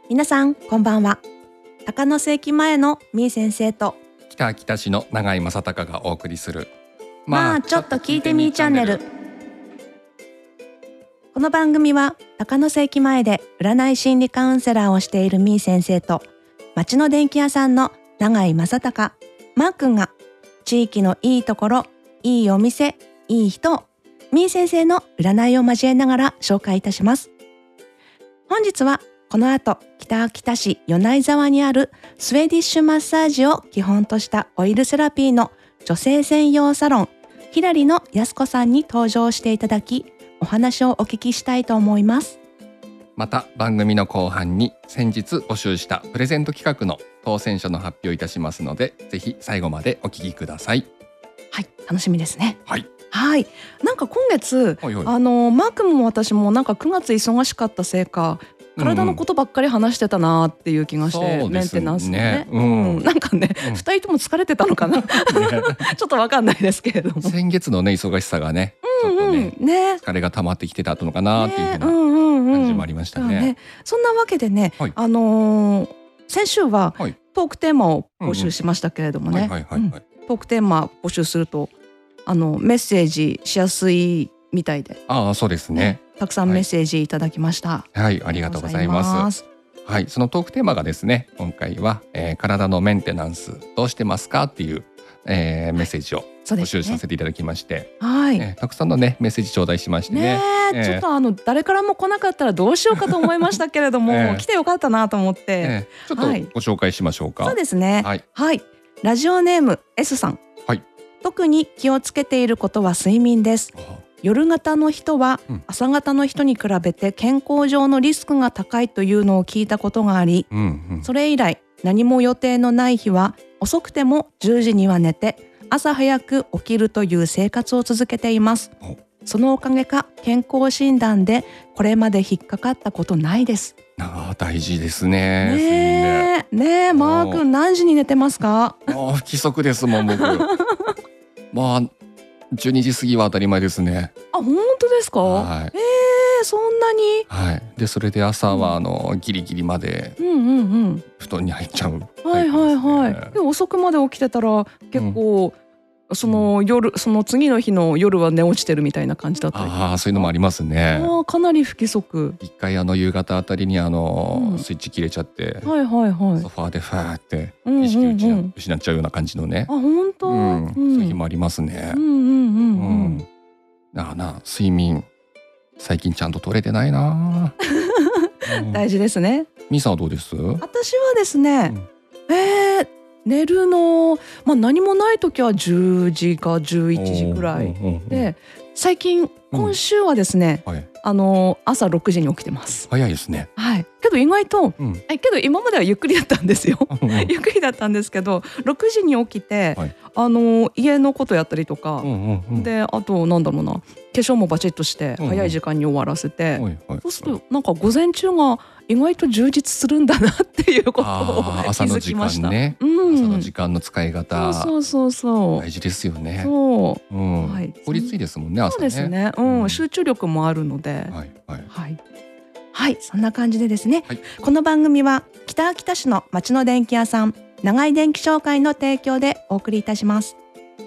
皆さんこんばんは。高野駅前のみー先生と北秋田市の永井正隆がお送りするまあちょっと聞いてみーチャンネル。この番組は高野駅前で占い心理カウンセラーをしているみー先生と町の電気屋さんの永井正隆マー君が地域のいいところ、いいお店、いい人をみー先生の占いを交えながら紹介いたします。本日はこの後北秋田市米内沢にあるスウェディッシュマッサージを基本としたオイルセラピーの女性専用サロンひらりのやすこさんに登場していただき、お話をお聞きしたいと思います。 また番組の後半に先日募集したプレゼント企画の当選者の発表いたしますので、ぜひ最後までお聞きください。 はい、楽しみですね。 はいはい、なんか今月はいはい、 マー君も私もなんか9月忙しかったせいか体のことばっかり話してたなっていう気がして、メンテナンスね、なんかね、2人とも疲れてたのかなちょっとわかんないですけれども、 先月のね忙しさがね、ちょっとね疲れが溜まってきてたのかなっていうふうな感じもありましたね。 そんなわけでね、先週はトークテーマを募集しましたけれどもね、トークテーマ募集するとメッセージしやすいみたいで、 そうですね、 たくさんメッセージいただきました。 はい、ありがとうございます。はい、そのトークテーマがですね、今回は、体のメンテナンスどうしてますかっていう、メッセージを募集させていただきまして、たくさんのねメッセージ頂戴しましてね、 ちょっと誰からも来なかったらどうしようかと思いましたけれども、来てよかったなと思って、 ちょっとご紹介しましょうか。 そうですね、はい、ラジオネーム S さん、特に気をつけていることは睡眠です。夜型の人は朝型の人に比べて健康上のリスクが高いというのを聞いたことがあり、それ以来何も予定のない日は遅くても10時には寝て朝早く起きるという生活を続けています。そのおかげか健康診断でこれまで引っかかったことないです。 大事ですね。 ねえ、マー君何時に寝てますか？ 不規則ですもん僕。まあ12時過ぎは当たり前ですね。 本当ですか？そんなに？ でそれで朝はギリギリまで布団に入っちゃう。 で遅くまで起きてたら結構、その次の日の夜は寝落ちてるみたいな感じだったり。 そういうのもありますね。 かなり不規則。 一回夕方あたりにスイッチ切れちゃって、ソファーでファーって意識失っちゃうような感じのね。 本当、 そういう日もありますね。睡眠最近ちゃんと取れてないな。 大事ですね。 みーさんはどうです？ 私はですね、寝るの、何もない時は10時か11時くらいで、最近今週はですね、朝6時に起きてます。 早いですね。 けど意外と、けど今まではゆっくりだったんですよ。ゆっくりだったんですけど、6時に起きて、家のことやったりとか、であとなんだろうな、化粧もバチッとして早い時間に終わらせて、そうするとなんか午前中が意外と充実するんだなっていうことを気づきました。 朝の時間の使い方、 そう大事ですよね。 効率いいですもんね、朝ね。 そうですね、集中力もあるので、そんな感じでですね、この番組は北秋田市の町の電気屋さん長井電気商会の提供でお送りいたします。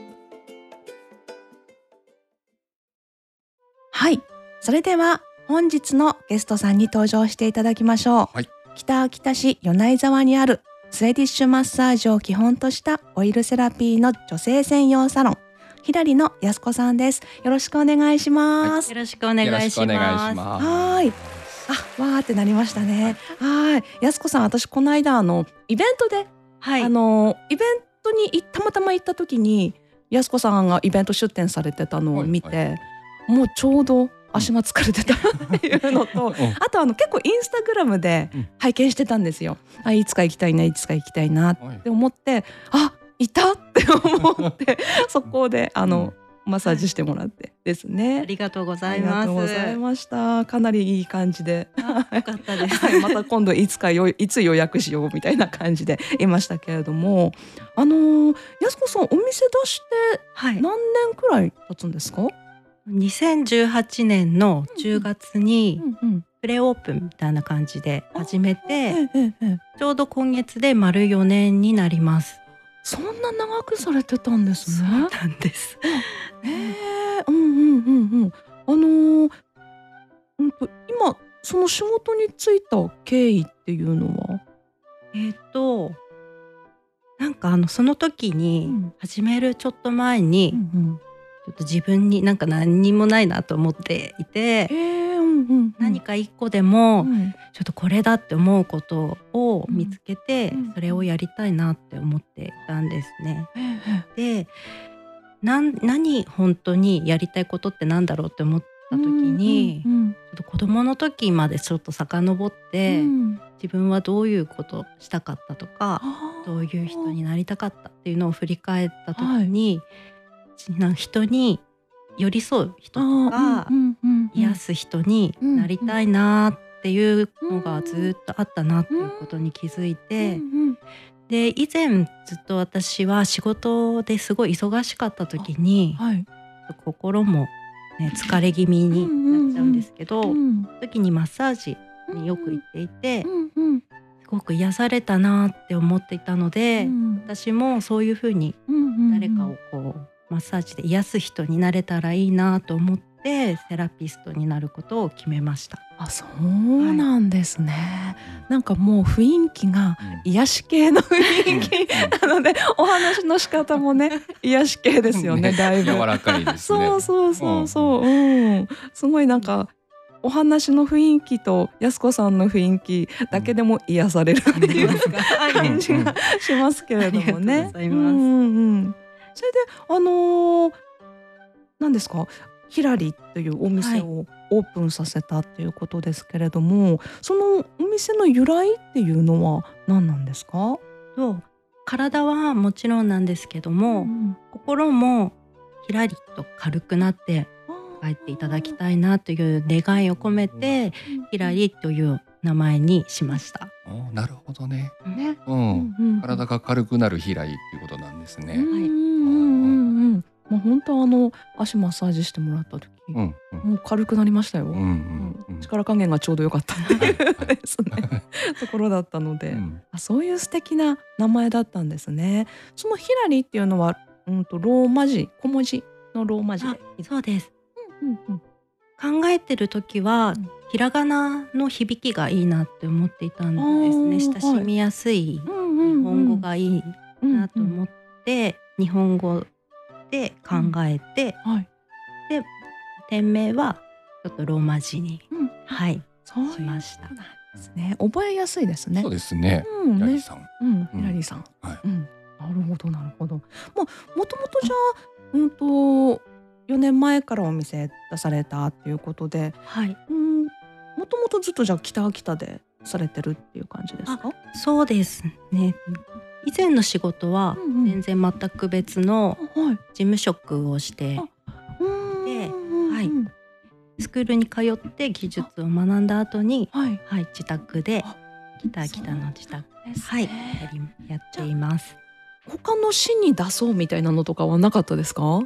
それでは本日のゲストさんに登場していただきましょう。北秋田市米内沢にあるスウェディッシュマッサージを基本としたオイルセラピーの女性専用サロンひらりのやすこさんです。よろしくお願いします。 よろしくお願いします。 わーってなりましたね。やすこさん、私この間イベントで、イベントにたまたま行った時にやすこさんがイベント出店されてたのを見て、もうちょうど足が疲れてたっていうのと、あと結構インスタグラムで拝見してたんですよ。いつか行きたいな、いつか行きたいなって思って、いたって思ってそこでマッサージしてもらってですね。 ありがとうございます。ありがとうございました。かなりいい感じで、 よかったです。 また今度いつ予約しようみたいな感じでいましたけれども、やすこさんお店出して何年くらい経つんですか？ 2018年の10月にプレオープンみたいな感じで始めて、ちょうど今月で丸4年になります。 そんな長くされてたんですね。 そうなんです。 今その仕事に就いた経緯っていうのは？ なんかその時に始めるちょっと前に、ちょっと自分になんか何にもないなと思っていて、何か一個でもちょっとこれだって思うことを見つけて、それをやりたいなって思っていたんですね。で、何本当にやりたいことってなんだろうって思った時に、ちょっと子供の時までちょっと遡って、自分はどういうことしたかったとか、どういう人になりたかったっていうのを振り返った時に、人に寄り添う人とか癒す人になりたいなっていうのがずっとあったなっていうことに気づいて、で以前ずっと私は仕事ですごい忙しかった時に、心も、疲れ気味になっちゃうんですけど、その時にマッサージによく行っていて、すごく癒されたなって思っていたので、私もそういうふうに誰かをこうマッサージで癒す人になれたらいいなと思ってセラピストになることを決めました。 そうなんですね。なんかもう雰囲気が癒し系の雰囲気なので、お話の仕方もね癒し系ですよね。だいぶ柔らかいですね。 すごいなんかお話の雰囲気と安子さんの雰囲気だけでも癒されるっていう感じがしますけれどもね。 ありがとうございます。 それで何ですか、ヒラリというお店をオープンさせたっていうことですけれども、そのお店の由来っていうのは何なんですか？ 体はもちろんなんですけども、心もひらりと軽くなって帰っていただきたいなという願いを込めて、ひらりという名前にしました。 なるほどね。体が軽くなるひらりっていうことなんですね。 もう本当足マッサージしてもらった時、もう軽くなりましたよ。力加減がちょうど良かったっていうですねところだったので、そういう素敵な名前だったんですね。そのひらりっていうのはローマ字、小文字のローマ字で。 そうです。考えてる時はひらがなの響きがいいなって思っていたんですね。親しみやすい日本語がいいなと思って、日本語で考えて、で店名はちょっとローマ字に、しました。 覚えやすいですね。 そうですね。ひらりさん。 ひらりさん。なるほどなるほど。もともとじゃあ4年前からお店出されたっていうことで、もともとずっとじゃあ北秋田でされてるっていう感じですか？ そうですね。以前の仕事は全然全く別の事務職をしていて、スクールに通って技術を学んだ後に、自宅で北秋田の自宅やっています。 他の市に出そうみたいなのとかはなかったですか？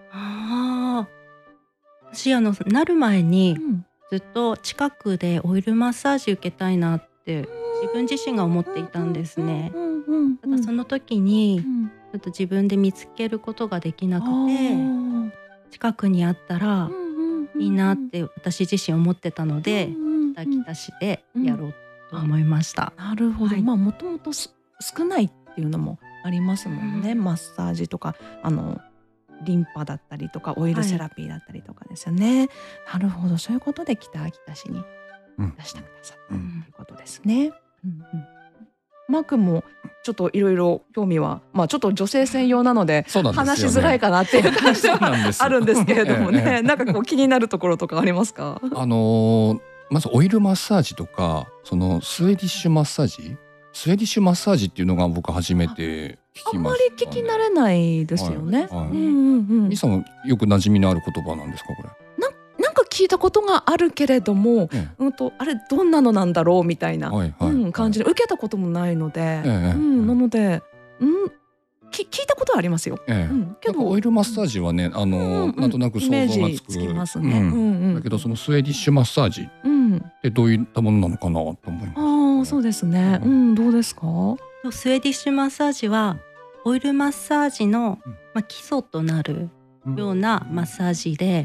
私なる前にずっと近くでオイルマッサージ受けたいなって自分自身が思っていたんですね。ただその時にちょっと自分で見つけることができなくて、近くにあったらいいなって私自身思ってたので、北秋田市でやろうと思いました。 なるほど。もともと少ないっていうのもありますもんね。マッサージとかリンパだったりとかオイルセラピーだったりとかですよね。なるほど。そういうことで北秋田市に出してくださったということですね。マー君もちょっといろいろ興味は、ちょっと女性専用なので話しづらいかなっていう感じはあるんですけれどもね。なんか気になるところとかありますか？ まずオイルマッサージとか、そのスウェディッシュマッサージっていうのが僕初めて聞きましたね。 あんまり聞き慣れないですよね。 みさんもよく馴染みのある言葉なんですか、これ？ なんか聞いたことがあるけれども、あれどんなのなんだろうみたいな感じで受けたこともないので、なので聞いたことはありますよ。 けどオイルマッサージはねなんとなく想像がつく。 つきますね。 だけどそのスウェーディッシュマッサージってどういったものなのかなと思います。 そうですね。どうですか？ スウェーディッシュマッサージはオイルマッサージの基礎となるようなマッサージで、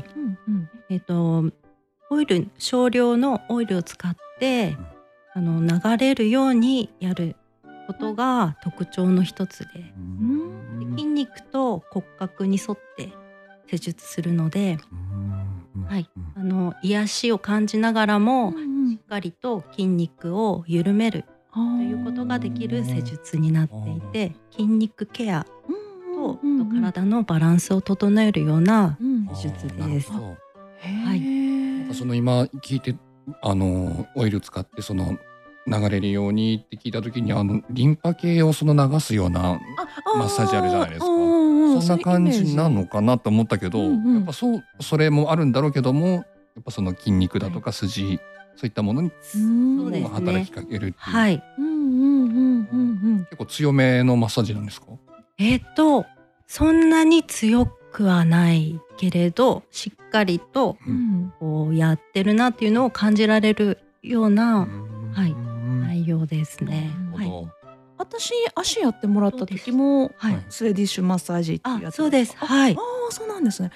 少量のオイルを使って流れるようにやることが特徴の一つで、筋肉と骨格に沿って施術するので、癒しを感じながらもしっかりと筋肉を緩めるということができる施術になっていて、筋肉ケアと体のバランスを整えるような施術です。 その今聞いてオイル使って流れるようにって聞いた時にリンパ系を流すようなマッサージあるじゃないですか。そんな感じなのかなと思ったけど、やっぱそれもあるんだろうけども、やっぱその筋肉だとか筋、そういったものに働きかけるっていう、結構強めのマッサージなんですか？ そんなに強くはないけれどしっかりとこうやってるなっていうのを感じられるような内容ですね。 私足やってもらった時もスウェーディッシュマッサージっていうやつ。 そうです。 そうなんですね。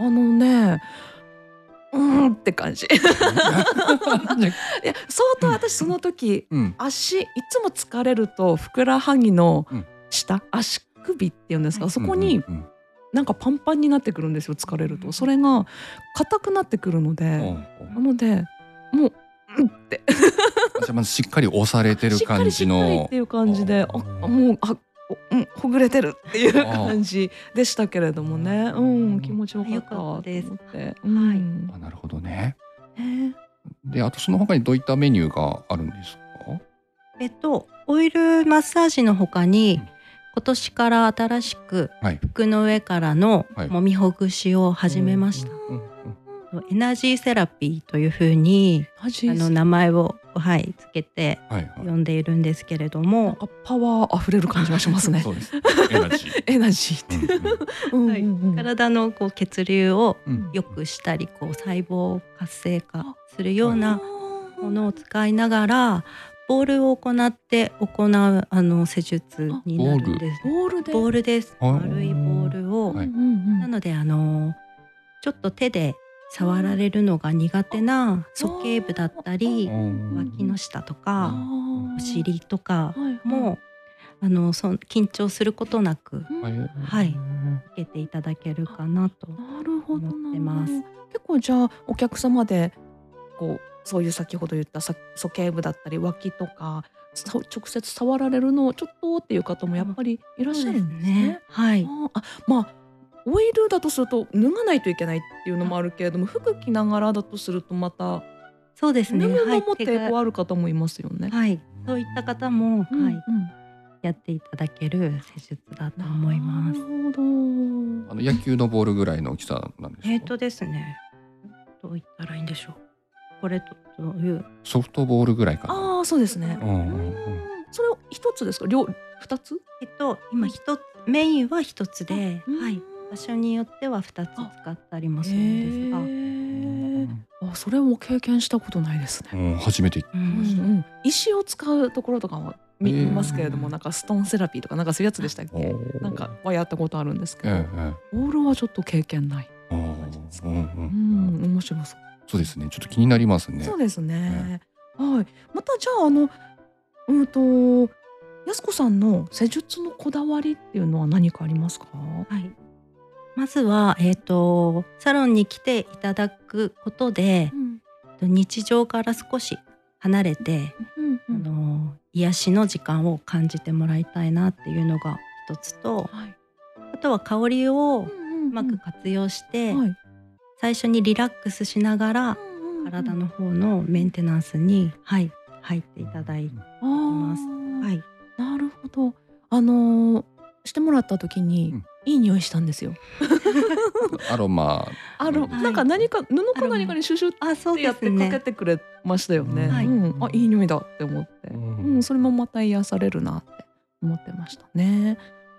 って感じ。いや相当私その時、足いつも疲れるとふくらはぎの下、足首っていうんですか、そこになんかパンパンになってくるんですよ、疲れると。それが硬くなってくるので、なのでもうってじゃあまずしっかり押されてる感じの、 しっかりっていう感じで、もうほぐれてるっていう感じでしたけれどもね。気持ちよかったと思って。 なるほどね。であとその他にどういったメニューがあるんですか？ オイルマッサージの他に今年から新しく服の上からの揉みほぐしを始めました。エナジーセラピーというふうに名前をつけて呼んでいるんですけれども、 なんかパワーあふれる感じがしますね。 そうです。エナジーって体の血流を良くしたり細胞を活性化するようなものを使いながらボールを行う施術になるんです。ボールです。丸いボールを、なのでちょっと手で触られるのが苦手な鼠径部だったり脇の下とかお尻とかも緊張することなく受けていただけるかなと思ってます。 結構じゃあお客様でそういう先ほど言った鼠径部だったり脇とか直接触られるのをちょっとっていう方もやっぱりいらっしゃるんですね。オイルだとすると脱がないといけないっていうのもあるけれども、服着ながらだとするとまたそうですね、 脱ぐのも抵抗ある方もいますよね。 そういった方もやっていただける施術だと思います。 なるほど。 野球のボールぐらいの大きさなんですか？ ですね、どう言ったらいいんでしょう。これというソフトボールぐらいかな。 そうですね。それを一つですか？二つ？ 今メインは一つで、場所によっては2つ使ったりもするんですが、 それも経験したことないですね。 初めて聞きました。 石を使うところとかは見ますけれども、なんかストーンセラピーとかなんかそういうやつでしたっけ？なんかはやったことあるんですけど、ボールはちょっと経験ない。面白そう。 そうですね。ちょっと気になりますね。 そうですね。またじゃあやすこさんの施術のこだわりっていうのは何かありますか？ まずは、サロンに来ていただくことで、日常から少し離れて、癒しの時間を感じてもらいたいなっていうのが一つと、あとは香りをうまく活用して、最初にリラックスしながら、体の方のメンテナンスに、入っていただいてます。 なるほど。してもらった時に、いい匂いしたんですよ。 アロマ。 なんか何か布か何かにシュシュってやってかけてくれましたよね。いい匂いだって思って、それもまた癒されるなって思ってましたね。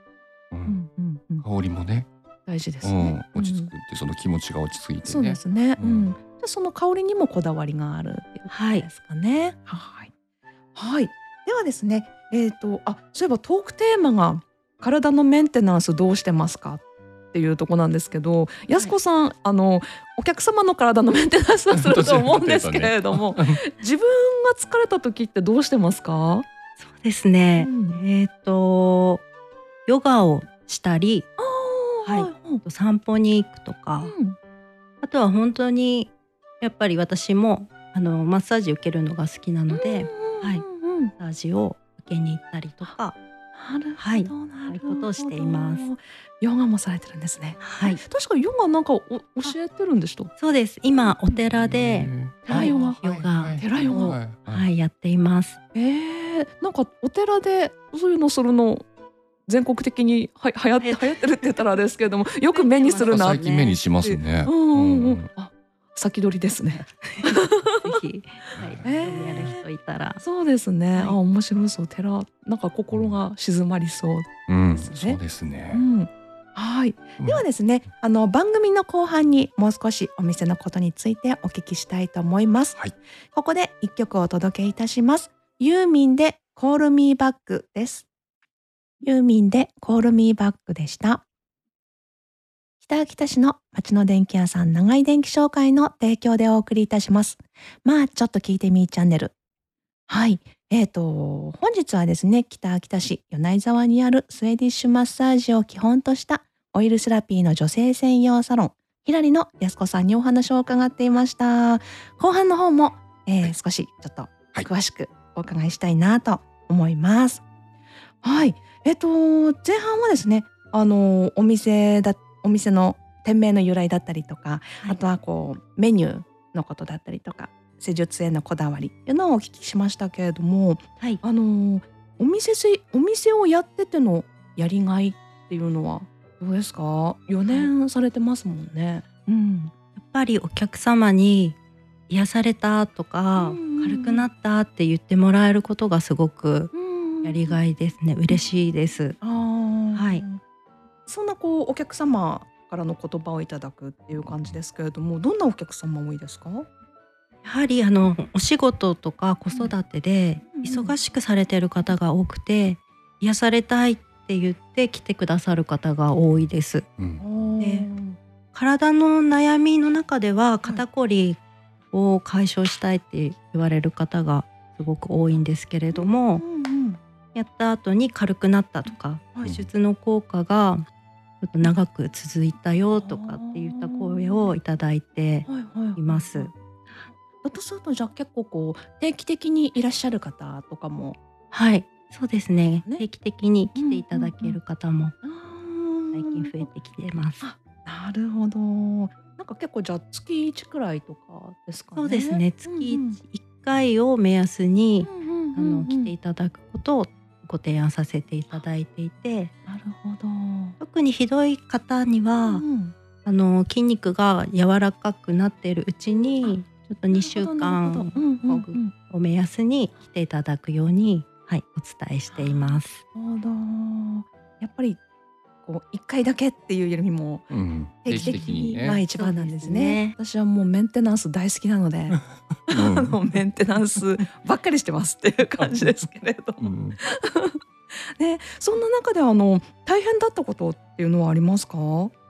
香りもね大事ですね。 落ち着くってその気持ちが落ち着いてね。 そうですね。でその香りにもこだわりがあるっていうことですかね。はい。はい。ではですね、そういえばトークテーマが体のメンテナンスどうしてますかっていうとこなんですけど、やすこさん、お客様の体のメンテナンスはすると思うんですけれども、自分が疲れた時ってどうしてますか？ そうですね。ヨガをしたり、散歩に行くとか、あとは本当にやっぱり私もマッサージ受けるのが好きなので、マッサージを受けに行ったりとか、そういうことをしています。 ヨガもされてるんですね。 はい。 確かヨガなんか教えてるんでした？ そうです。今お寺で寺ヨガやっています。 なんかお寺でそういうのするの全国的に流行ってるって言ったらあれですけれども、よく目にするな。 最近目にしますね。 先取りですね。 ぜひやる人いたら。 そうですね。面白そう。寺なんか心が静まりそうですね。 そうですね。 はい。ではですね、番組の後半にもう少しお店のことについてお聞きしたいと思います。ここで一曲お届けいたします。ユーミンで Call Me Back です。ユーミンで Call Me Back でした。北秋田市の町の電気屋さん長井電気商会の提供でお送りいたします。ちょっと聞いてみーチャンネル。はい。本日はですね、北秋田市米沢にあるスウェーディッシュマッサージを基本としたオイルセラピーの女性専用サロン、ひらりのやすこさんにお話を伺っていました。後半の方も、少しちょっと詳しくお伺いしたいなと思います。はい。前半はですね、お店の店名の由来だったりとか、あとはメニューのことだったりとか、施術へのこだわりっていうのをお聞きしましたけれども、お店をやっててのやりがいっていうのはどうですか？4年されてますもんね。 やっぱりお客様に癒されたとか、軽くなったって言ってもらえることがすごくやりがいですね。嬉しいです。 そんなお客様からの言葉をいただくっていう感じですけれども、どんなお客様多いですか？ やはりお仕事とか子育てで忙しくされている方が多くて、癒されたいって言って来てくださる方が多いです。で、体の悩みの中では肩こりを解消したいって言われる方がすごく多いんですけれども、やった後に軽くなったとか、施術の効果がちょっと長く続いたよとかっていった声をいただいています。 だとするとじゃあ結構定期的にいらっしゃる方とかも。 そうですね。定期的に来ていただける方も最近増えてきてます。 なるほど。なんか結構じゃあ月1くらいとかですかね。 そうですね。月1回を目安に来ていただくことをご提案させていただいていて。 なるほど。 特にひどい方には、筋肉が柔らかくなっているうちにちょっと2週間を目安に来ていただくように、お伝えしています。 やっぱり1回だけっていうよりも定期的にが一番なんですね。私はもうメンテナンス大好きなのでメンテナンスばっかりしてますっていう感じですけれどもそんな中で大変だったことっていうのはありますか？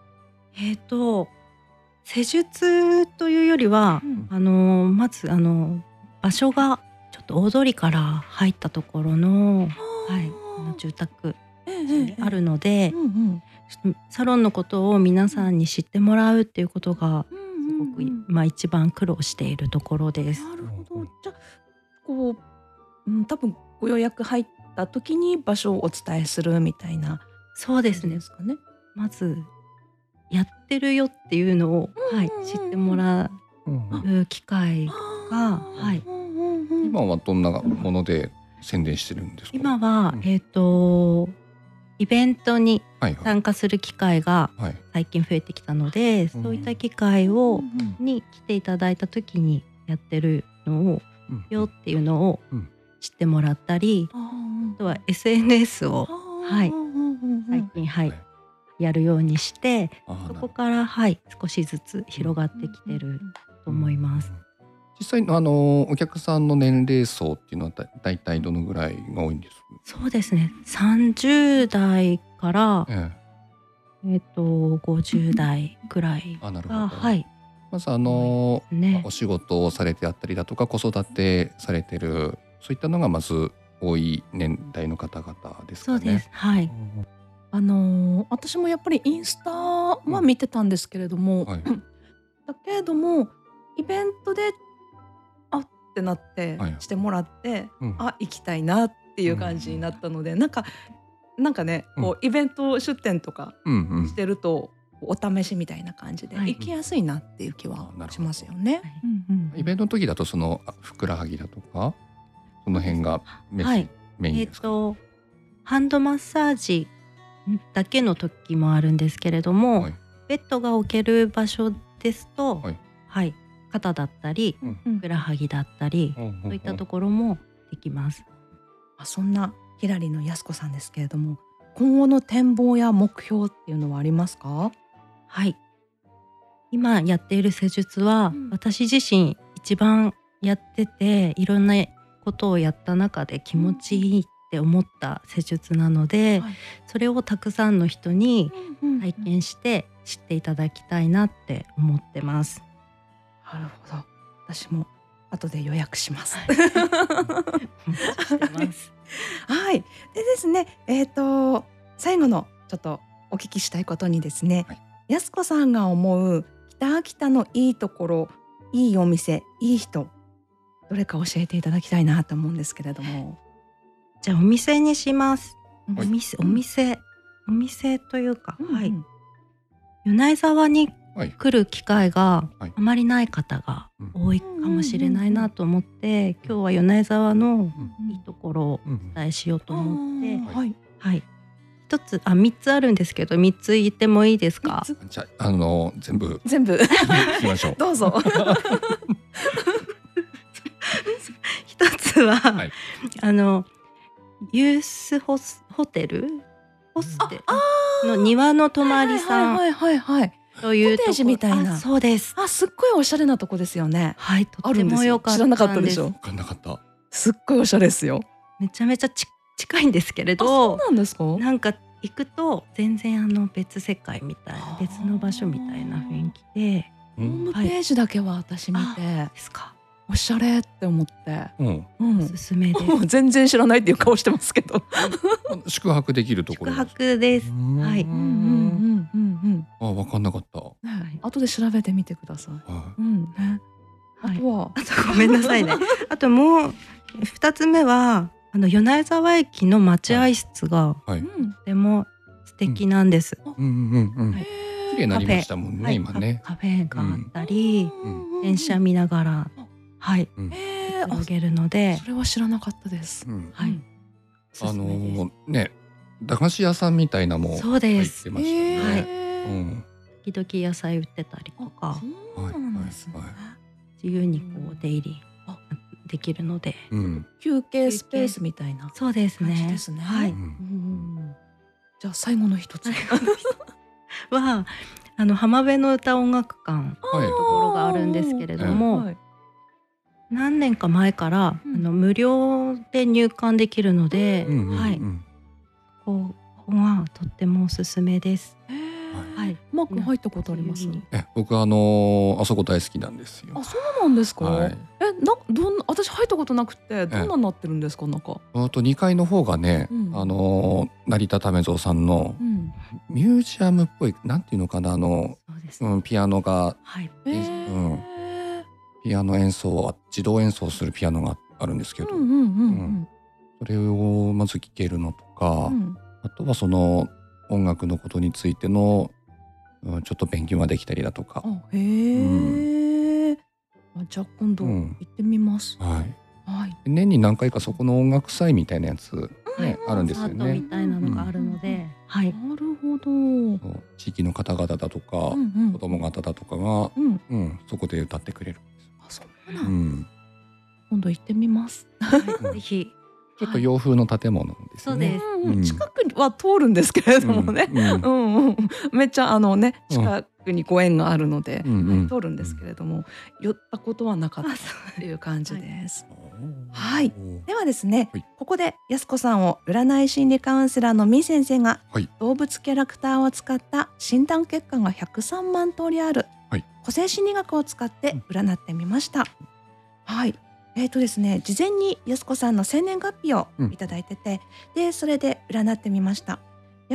施術というよりは、まず場所がちょっと大通りから入ったところの、住宅にあるので、サロンのことを皆さんに知ってもらうっていうことがすごく、一番苦労しているところです。 なるほど。じゃあ多分ご予約入った時に場所をお伝えするみたいな。 そうですね。まずやってるよっていうのを、知ってもらう機会が、 今はどんなもので宣伝してるんですか？ 今は、イベントに参加する機会が最近増えてきたので、そういった機会に来ていただいた時にやってるのをよっていうのを知ってもらったり、あとは SNS を、 最近やるようにして、そこから少しずつ広がってきてると思います。 実際お客さんの年齢層っていうのはだいたいどのぐらいが多いんですか？ そうですね、30代から、50代ぐらいが、 なるほど。まずお仕事をされてあったりだとか子育てされてるそういったのがまず多い年代の方々ですかね。 そうです。はい。 私もやっぱりインスタは見てたんですけれども、だけれどもイベントでってなってしてもらって、行きたいなっていう感じになったので、なんかね、こうイベント出店とかしてるとお試しみたいな感じで行きやすいなっていう気はしますよね。 イベントの時だとそのふくらはぎだとかその辺がメインですか？ ハンドマッサージだけの時もあるんですけれども、ベッドが置ける場所ですと、肩だったりふくらはぎだったり、そういったところもできます。 そんなひらりのやすこさんですけれども、今後の展望や目標っていうのはありますか？ はい、今やっている施術は、私自身一番やってていろんなことをやった中で気持ちいいって思った施術なので、それをたくさんの人に体験して知っていただきたいなって思ってます。 なるほど。私も後で予約します。はい。でですね、最後のちょっとお聞きしたいことにですね、やすこさんが思う北秋田のいいところ、いいお店、いい人、どれか教えていただきたいなと思うんですけれども。 じゃあお店にします。お店というか、米内沢に来る機会があまりない方が多いかもしれないなと思って、今日は米内沢のいいところをお伝えしようと思って、3つあるんですけど、3つ言ってもいいですか？ じゃあ全部聞きましょう。 どうぞ。 一つは、ユースホテルの庭の隣さんというところみたいな。そうです。 すっごいおしゃれなとこですよね。 はい、とても良かったんです。 知らなかったでしょ。 分かんなかった。 すっごいおしゃれですよ。 めちゃめちゃ近いんですけれど。 そうなんですか？ なんか行くと全然別世界みたいな、別の場所みたいな雰囲気で、 ホームページだけは私見て、 ですか。 おしゃれって思って、 おすすめです。 全然知らないっていう顔してますけど。 宿泊できるところ。 宿泊です。はい。 分かんなかった。 後で調べてみてください。あとは、 ごめんなさいね。あともう2つ目は米内沢駅の待合室がとても素敵なんです。 綺麗になりましたもんね、今ね。 カフェがあったり、電車見ながら泳げるので。 それは知らなかったです。 ね、駄菓子屋さんみたいなも入ってましたね。 時々野菜売ってたりとか、自由にこう出入りできるので、 休憩スペースみたいな。 そうですね。 じゃあ最後の一つは浜辺の歌音楽館というところがあるんですけれども、何年か前から無料で入館できるので、ここはとってもおすすめです。 マーク入ったことあります？ 僕あそこ大好きなんですよ。 そうなんですか？私入ったことなくて、どんなになってるんですか？ 2階の方がね、成田為蔵さんのミュージアムっぽい、なんていうのかな、ピアノが、ピアノ演奏は自動演奏するピアノがあるんですけど、それをまず聴けるのとか、あとはその音楽のことについてのちょっと勉強ができたりだとか。 じゃあ今度行ってみます。 年に何回かそこの音楽祭みたいなやつあるんですよね。 みたいなのがあるので、 なるほど。 地域の方々だとか子供方だとかがそこで歌ってくれるんです。 今度行ってみます。 ぜひちょっと洋風の建物ですね。 そうです。 近くは通るんですけれどもね、めっちゃ近くにご縁があるので、通るんですけれども、寄ったことはなかったっていう感じです。はい。ではですね、ここで安子さんを占い心理カウンセラーのみー先生が、動物キャラクターを使った診断結果が103万通りある個性心理学を使って占ってみました。はい。ですね、事前に安子さんの生年月日をいただいてて、でそれで占ってみました。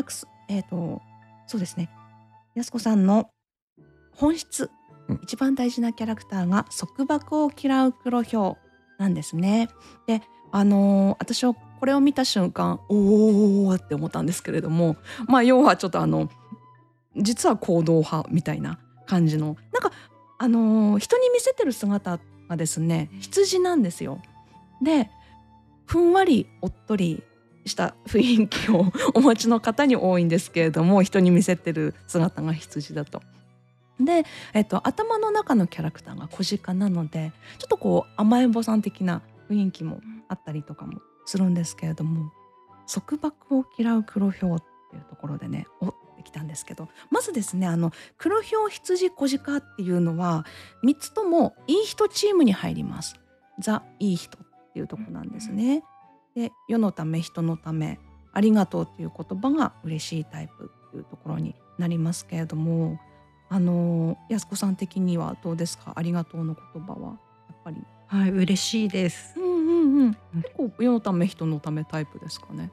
そうですね、安子さんの本質、一番大事なキャラクターが束縛を嫌う黒ヒョウなんですね。で、私はこれを見た瞬間、おーって思ったんですけれども、要はちょっと実は行動派みたいな感じの、人に見せてる姿がですね、羊なんですよ。で、ふんわりおっとりした雰囲気をお持ちの方に多いんですけれども、人に見せてる姿が羊だと。で、頭の中のキャラクターが小鹿なので、ちょっとこう甘えん坊さん的な雰囲気もあったりとかもするんですけれども、束縛を嫌う黒ヒョウっていうところでね、ってきたんですけど、まずですね、黒ヒョウ、羊、小鹿っていうのは3つともいい人チームに入ります。ザ・いい人っていうところなんですね。で、世のため人のためありがとうっていう言葉が嬉しいタイプっていうところになりますけれども、安子さん的にはどうですか？ありがとうの言葉はやっぱり。 はい、嬉しいです。 結構世のため人のためタイプですかね。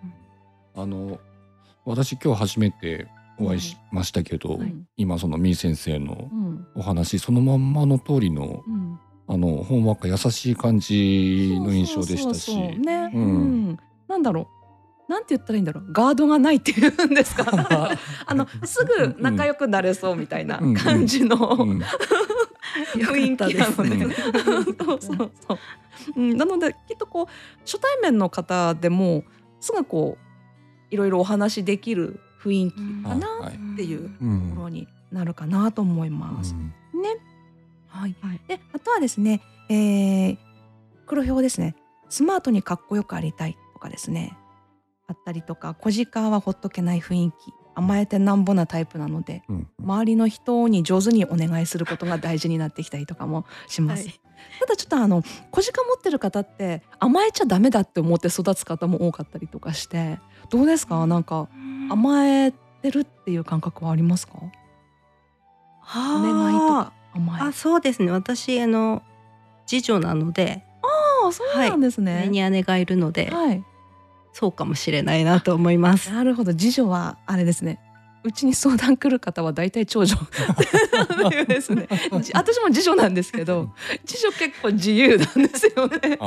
私今日初めてお会いしましたけど、今そのみー先生のお話、そのまんまの通りの、ほんわか優しい感じの印象でしたし、なんだろう、なんて言ったらいいんだろう、ガードがないっていうんですかすぐ仲良くなれそうみたいな感じの雰囲気なので、なのできっとこう初対面の方でもすぐこういろいろお話できる雰囲気かなっていうところになるかなと思いますね。で、あとはですね、黒ヒョウですね、スマートにかっこよくありたいとかですね、あったりとか、小鹿はほっとけない雰囲気、甘えてなんぼなタイプなので、周りの人に上手にお願いすることが大事になってきたりとかもします。ただちょっと小鹿持ってる方って甘えちゃダメだって思って育つ方も多かったりとかして、どうですか？なんか甘えてるっていう感覚はありますか？お願いとか甘え。 そうですね。私次女なので、 そうなんですね。 上に姉がいるので、そうかもしれないなと思います。 なるほど。次女はあれですね、うちに相談来る方は大体長女っていうですね。私も次女なんですけど、次女結構自由なんですよね。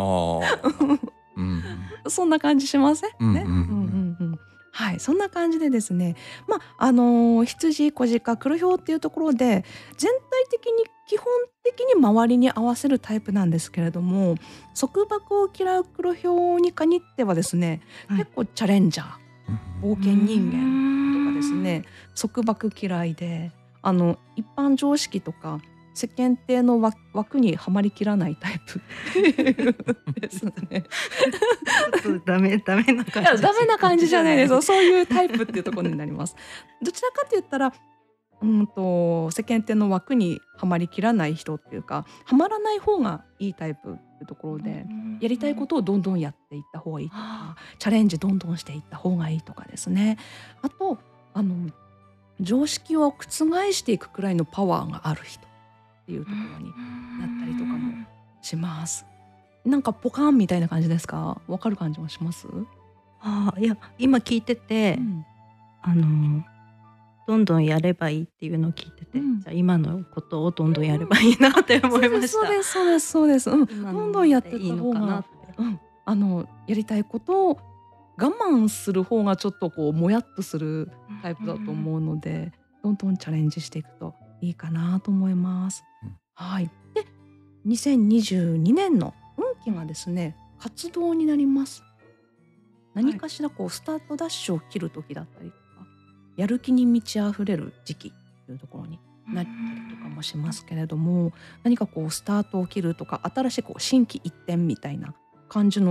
そんな感じしませんね。はい、そんな感じでですね、羊、小鹿、黒ヒョウっていうところで全体的に基本的に周りに合わせるタイプなんですけれども、束縛を嫌う黒ヒョウに限ってはですね、結構チャレンジャー、冒険人間とかですね、束縛嫌いで、一般常識とか世間体の枠にはまりきらないタイプですね。 ダメな感じ。 ダメな感じじゃないですよ。そういうタイプっていうところになります。どちらかと言ったら、世間体の枠にはまりきらない人っていうか、はまらない方がいいタイプっていうところで、やりたいことをどんどんやっていった方がいいとか、チャレンジどんどんしていった方がいいとかですね。あと常識を覆していくくらいのパワーがある人っていうところになったりとかもします。なんかポカンみたいな感じですか？わかる感じもします？ いや、今聞いてて、どんどんやればいいっていうのを聞いてて、じゃあ今のことをどんどんやればいいなって思いました。 そうです。どんどんやっていいのかな。やりたいことを我慢する方がちょっとこうもやっとするタイプだと思うので、どんどんチャレンジしていくといいかなと思います。で、2022年の運気がですね、活動になります。何かしらこうスタートダッシュを切る時だったりとか、やる気に満ち溢れる時期というところになったりとかもしますけれども、何かこうスタートを切るとか、新しいこう心機一転みたいな感じのこ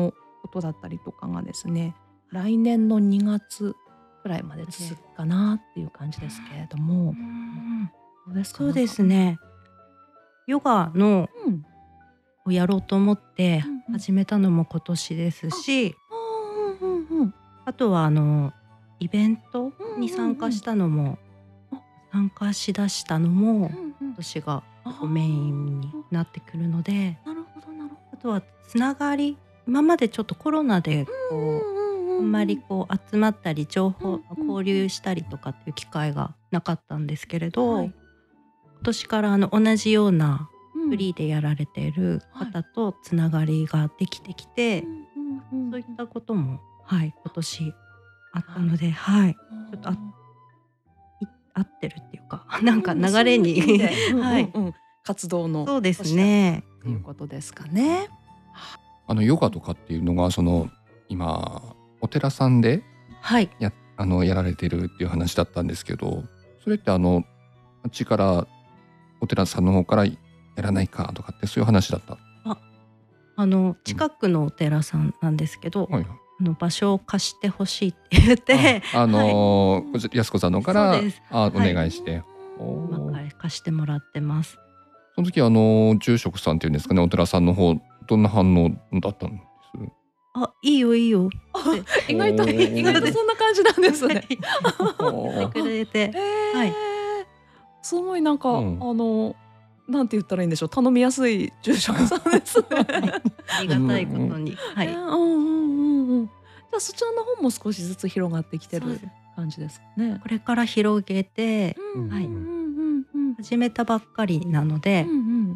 ことだったりとかがですね、来年の2月くらいまで続くかなっていう感じですけれども、どうですか？ そうですね。ヨガのをやろうと思って始めたのも今年ですし、あとはイベントに参加したのも、参加しだしたのも今年がメインになってくるので、あとはつながり、今までちょっとコロナであんまり集まったり情報交流したりとかっていう機会がなかったんですけれど、今年から同じようなフリーでやられている方とつながりができてきて、そういったことも今年あったので、ちょっと合ってるっていうか、なんか流れに活動のそうですねということですかね。 ヨガとかっていうのが今お寺さんでやられてるっていう話だったんですけど、それってあっちからお寺さんの方からやらないかとかってそういう話だった？ 近くのお寺さんなんですけど、場所を貸してほしいって言って安子さんのからお願いして、 貸してもらってます。 その時住職さんっていうんですかね、お寺さんの方どんな反応だったんです？ いいよいいよ意外とそんな感じなんですね。 言ってくれて、 すごいなんかなんて言ったらいいんでしょう、頼みやすい住職さんですね。 ありがたいことに。じゃあそちらの方も少しずつ広がってきてる感じですかね。 これから広げて、始めたばっかりなので、や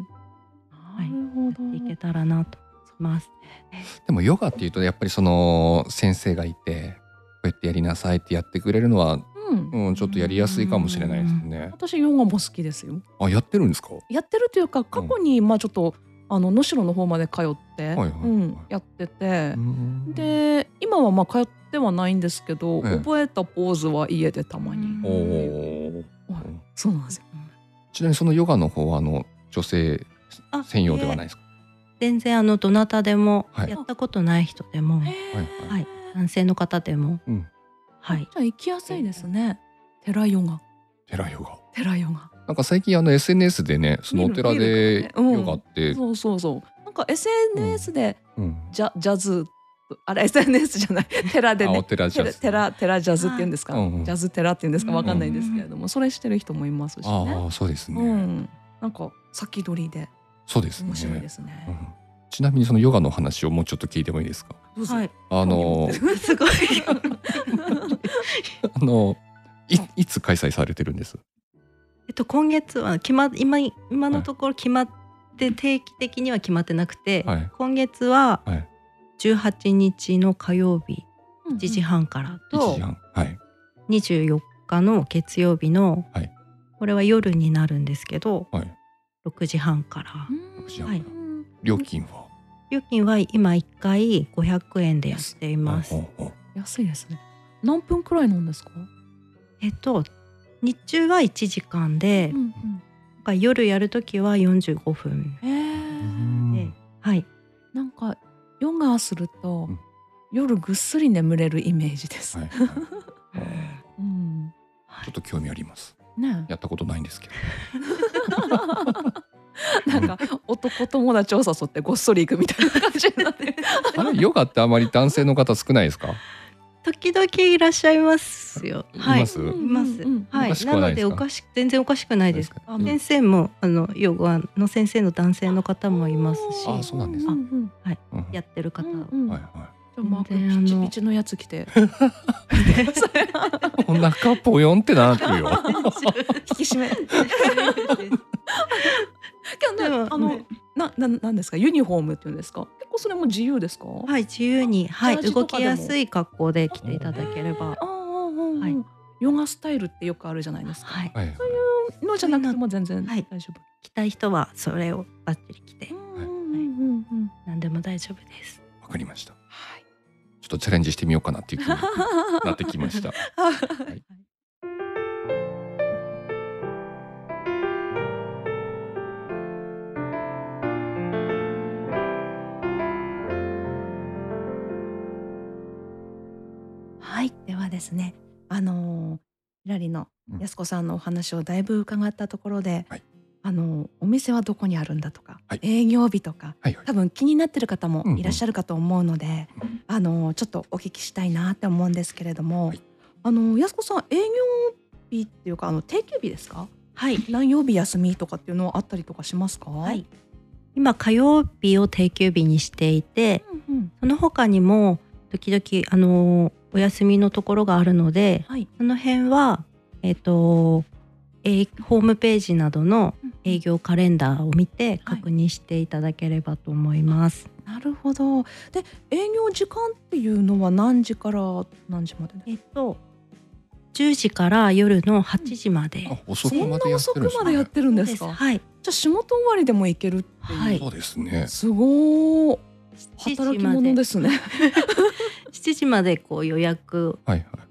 っていけたらなと思います。 でもヨガっていうとやっぱり先生がいてこうやってやりなさいってやってくれるのはちょっとやりやすいかもしれないですね。 私ヨガも好きですよ。 やってるんですか？ やってるというか過去にちょっと能代の方まで通ってやってて、で今は通ってはないんですけど、覚えたポーズは家でたまに。そうなんですよ。 ちなみにそのヨガの方は女性専用ではないですか？ 全然どなたでも、やったことない人でも、男性の方でも、じゃあ行きやすいですね。寺ヨガ。なんか最近SNS でね、そのお寺でヨガって、 そうなんか SNS でジャズ、SNS じゃない寺でね、寺ジャズって言うんですか、ジャズ寺って言うんですか、わかんないんですけれども、それしてる人もいますしね。 そうですね。 なんか先取りでそうですね。 面白いですね。 ちなみにそのヨガの話をもうちょっと聞いてもいいですか？ すごいいつ開催されてるんです？ 今月は今のところ決まって定期的には決まってなくて、今月は18日の火曜日1時半からと24日の月曜日のこれは夜になるんですけど、6時半から。 料金は今1回500円でやっています。 安いですね。何分くらいなんですか？ 日中は1時間で、夜やるときは45分。 なんかヨガすると夜ぐっすり眠れるイメージです。 ちょっと興味あります。やったことないんですけど。 なんか男友達を誘ってごっそり行くみたいな感じになって。 ヨガってあまり男性の方少ないですか？ 時々いらっしゃいますよ。 います。 なので全然おかしくないです。先生もヨガの先生の男性の方もいますし。 そうなんです。 やってる方。 マークピチピチのやつ着て。 お腹ポヨンってなるよ。 引き締め。なんですか、ユニフォームっていうんですか。結構それも自由ですか？ 自由に動きやすい格好で来ていただければ。 ヨガスタイルってよくあるじゃないですか。そういうのじゃなくても全然大丈夫。 着たい人はそれをバッチリ着て、何でも大丈夫です。 わかりました。ちょっとチャレンジしてみようかなっていう気になってきました。 はいではですねひらりのやすこさんのお話をだいぶ伺ったところで、はい、お店はどこにあるんだとか、はい、営業日とか、はいはい、多分気になってる方もいらっしゃるかと思うので、ちょっとお聞きしたいなって思うんですけれども、はい、やすこさん営業日っていうか定休日ですか？はい、何曜日休みとかっていうのはあったりとかしますか？はい、 今火曜日を定休日にしていて、その他にも時々お休みのところがあるので、はい、その辺は、ホームページなどの営業カレンダーを見て確認していただければと思います。 はい、なるほど。で営業時間っていうのは何時から何時までですか ？10時から夜の8時まで。 遅くまでやってるんですね。 そんな遅くまでやってるんですか？ はい。 じゃあ仕事終わりでも行けるっていう。はい、 そうですね。 すごい。働き者ですね。 7時までこう予約、はいはい、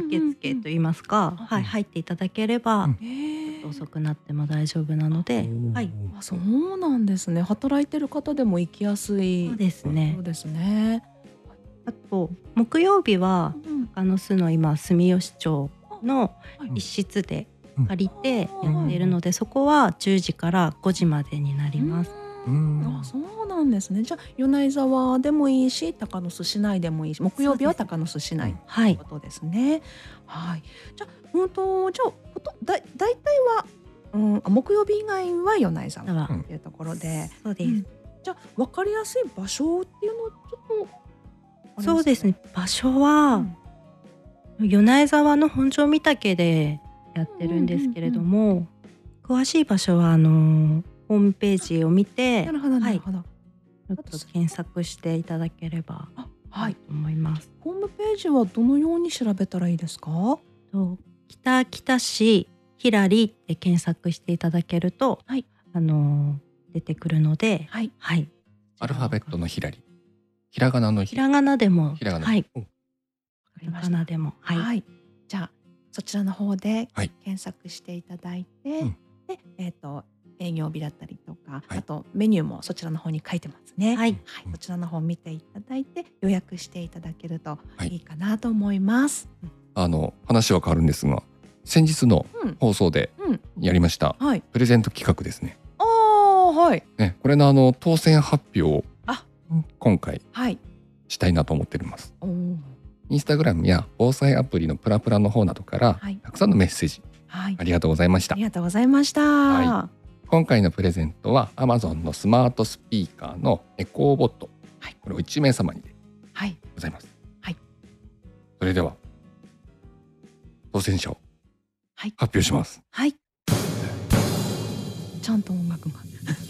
受付といいますか、はい、入っていただければ、ちょっと遅くなっても大丈夫なので、はい、 そうなんですね。働いてる方でも行きやすい。 そうですね。 そうですね。 あと木曜日は鷹の巣の今住吉町の一室で借りてやっているので、そこは10時から5時までになります。 そうなんですね。じゃあ米沢でもいいし鷹の巣市内でもいいし、木曜日は鷹の巣市内ということですね。はい。じゃあだいたいは、木曜日以外は米沢というところで、 そうです。 じゃあ分かりやすい場所っていうのをちょっとそうですね。場所は、米沢の本庄御嶽でやってるんですけれども、詳しい場所はホームページを見て、なるほどなるほど、ちょっと検索していただければと思います。 ホームページはどのように調べたらいいですか？ 北秋田市ひらりって検索していただけると、はい、出てくるので、はいはい、 アルファベットのひらり、ひらがなのひらがなでも、 ひらがな、 はい、ひらがなでも、はい、 はい、じゃあそちらの方で検索していただいて、で営業日だったりとか、あとメニューもそちらの方に書いてますね。はい、はい、そちらの方を見ていただいて予約していただけるといいかなと思います。 話は変わるんですが、先日の放送でやりました、プレゼント企画ですね。 はい。 ね、これの当選発表を今回したいなと思っております。インスタグラムや防災アプリのプラプラの方などからたくさんのメッセージ、ありがとうございました。 ありがとうございました。 今回のプレゼントは Amazon のスマートスピーカーのエコーボット、これを1名様にでございます。それでは当選者を発表します。 はい。ちゃんと音楽が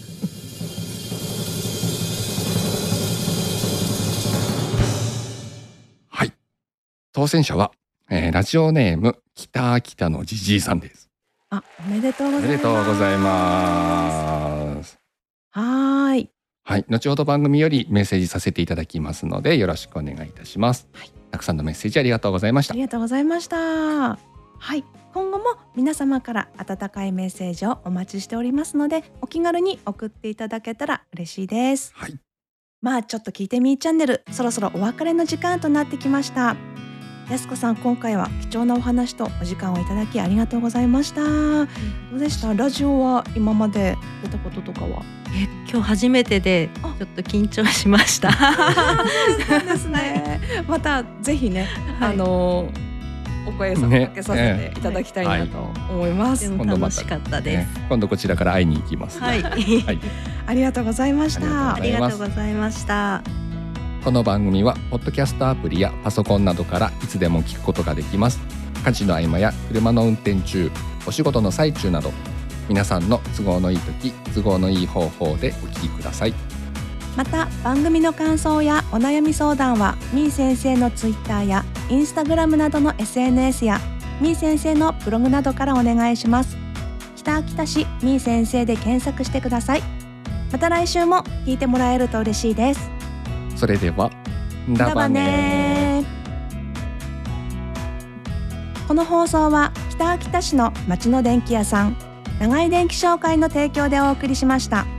はい。当選者は、ラジオネーム北秋田のじじいさんです。 おめでとうございます。 おめでとうございます。 はい。 はい。後ほど番組よりメッセージさせていただきますのでよろしくお願いいたします。はい、たくさんのメッセージありがとうございました。 ありがとうございました。はい。今後も皆様から温かいメッセージをお待ちしておりますので、お気軽に送っていただけたら嬉しいです。はい。ちょっと聞いてみーチャンネル、そろそろお別れの時間となってきました。やすこさん、今回は貴重なお話とお時間をいただきありがとうございました。どうでした？ラジオは今まで出たこととかは？ 今日初めてでちょっと緊張しました。 そうですね。またぜひね、お声をかけさせていただきたいなと思います。 でも楽しかったです。 今度こちらから会いに行きます。 はい。 ありがとうございました。 ありがとうございました。 この番組はポッドキャストアプリやパソコンなどからいつでも聞くことができます。家事の合間や車の運転中、お仕事の最中など、皆さんの都合のいい時、都合のいい方法でお聞きください。 また番組の感想やお悩み相談はみー先生のツイッターやインスタグラムなどの SNS やみー先生のブログなどからお願いします。北秋田市みー先生で検索してください。また来週も聞いてもらえると嬉しいです。 それではだばね。この放送は北秋田市の町の電気屋さん長井電気商会の提供でお送りしました。